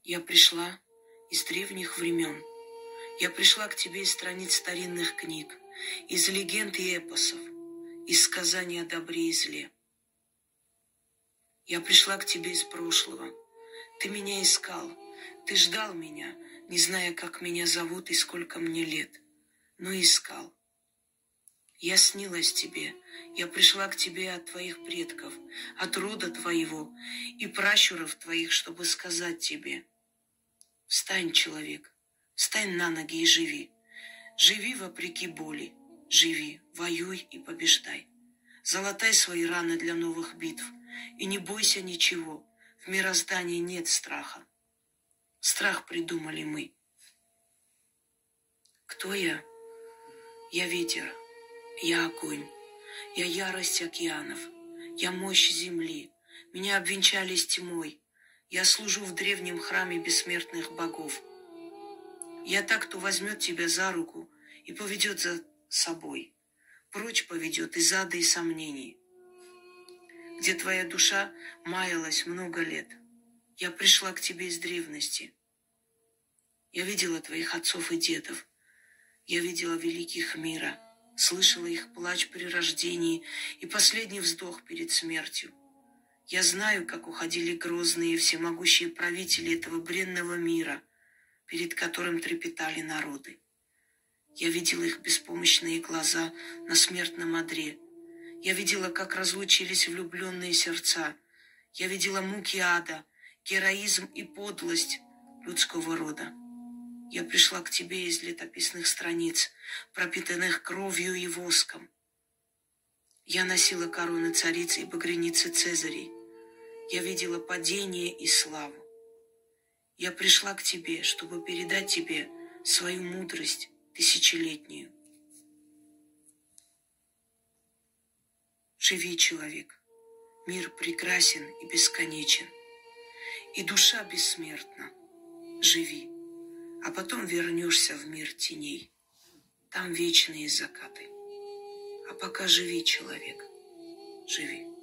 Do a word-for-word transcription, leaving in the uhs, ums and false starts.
Я пришла из древних времен. Я пришла к тебе из страниц старинных книг, из легенд и эпосов, из сказаний о добре и зле. Я пришла к тебе из прошлого. Ты меня искал, ты ждал меня, не зная, как меня зовут и сколько мне лет, но искал. Я снилась тебе, я пришла к тебе от твоих предков, от рода твоего и пращуров твоих, чтобы сказать тебе: встань, человек, встань на ноги и живи. Живи вопреки боли, живи, воюй и побеждай. Залатай свои раны для новых битв и не бойся ничего, в мироздании нет страха. Страх придумали мы. Кто я? Я ветер, я огонь, я ярость океанов, я мощь земли. Меня обвенчали с тьмой, я служу в древнем храме бессмертных богов. Я так, кто возьмет тебя за руку и поведет за собой, прочь поведет из ада и сомнений, где твоя душа маялась много лет. Я пришла к тебе из древности. Я видела твоих отцов и дедов. Я видела великих мира, слышала их плач при рождении и последний вздох перед смертью. Я знаю, как уходили грозные и всемогущие правители этого бренного мира, перед которым трепетали народы. Я видела их беспомощные глаза на смертном одре. Я видела, как разлучились влюбленные сердца. Я видела муки ада, героизм и подлость людского рода. Я пришла к тебе из летописных страниц, пропитанных кровью и воском. Я носила короны цариц и багряницы цезарей. Я видела падение и славу. Я пришла к тебе, чтобы передать тебе свою мудрость тысячелетнюю. Живи, человек. Мир прекрасен и бесконечен. И душа бессмертна. Живи, а потом вернешься в мир теней. Там вечные закаты. А пока живи, человек, живи.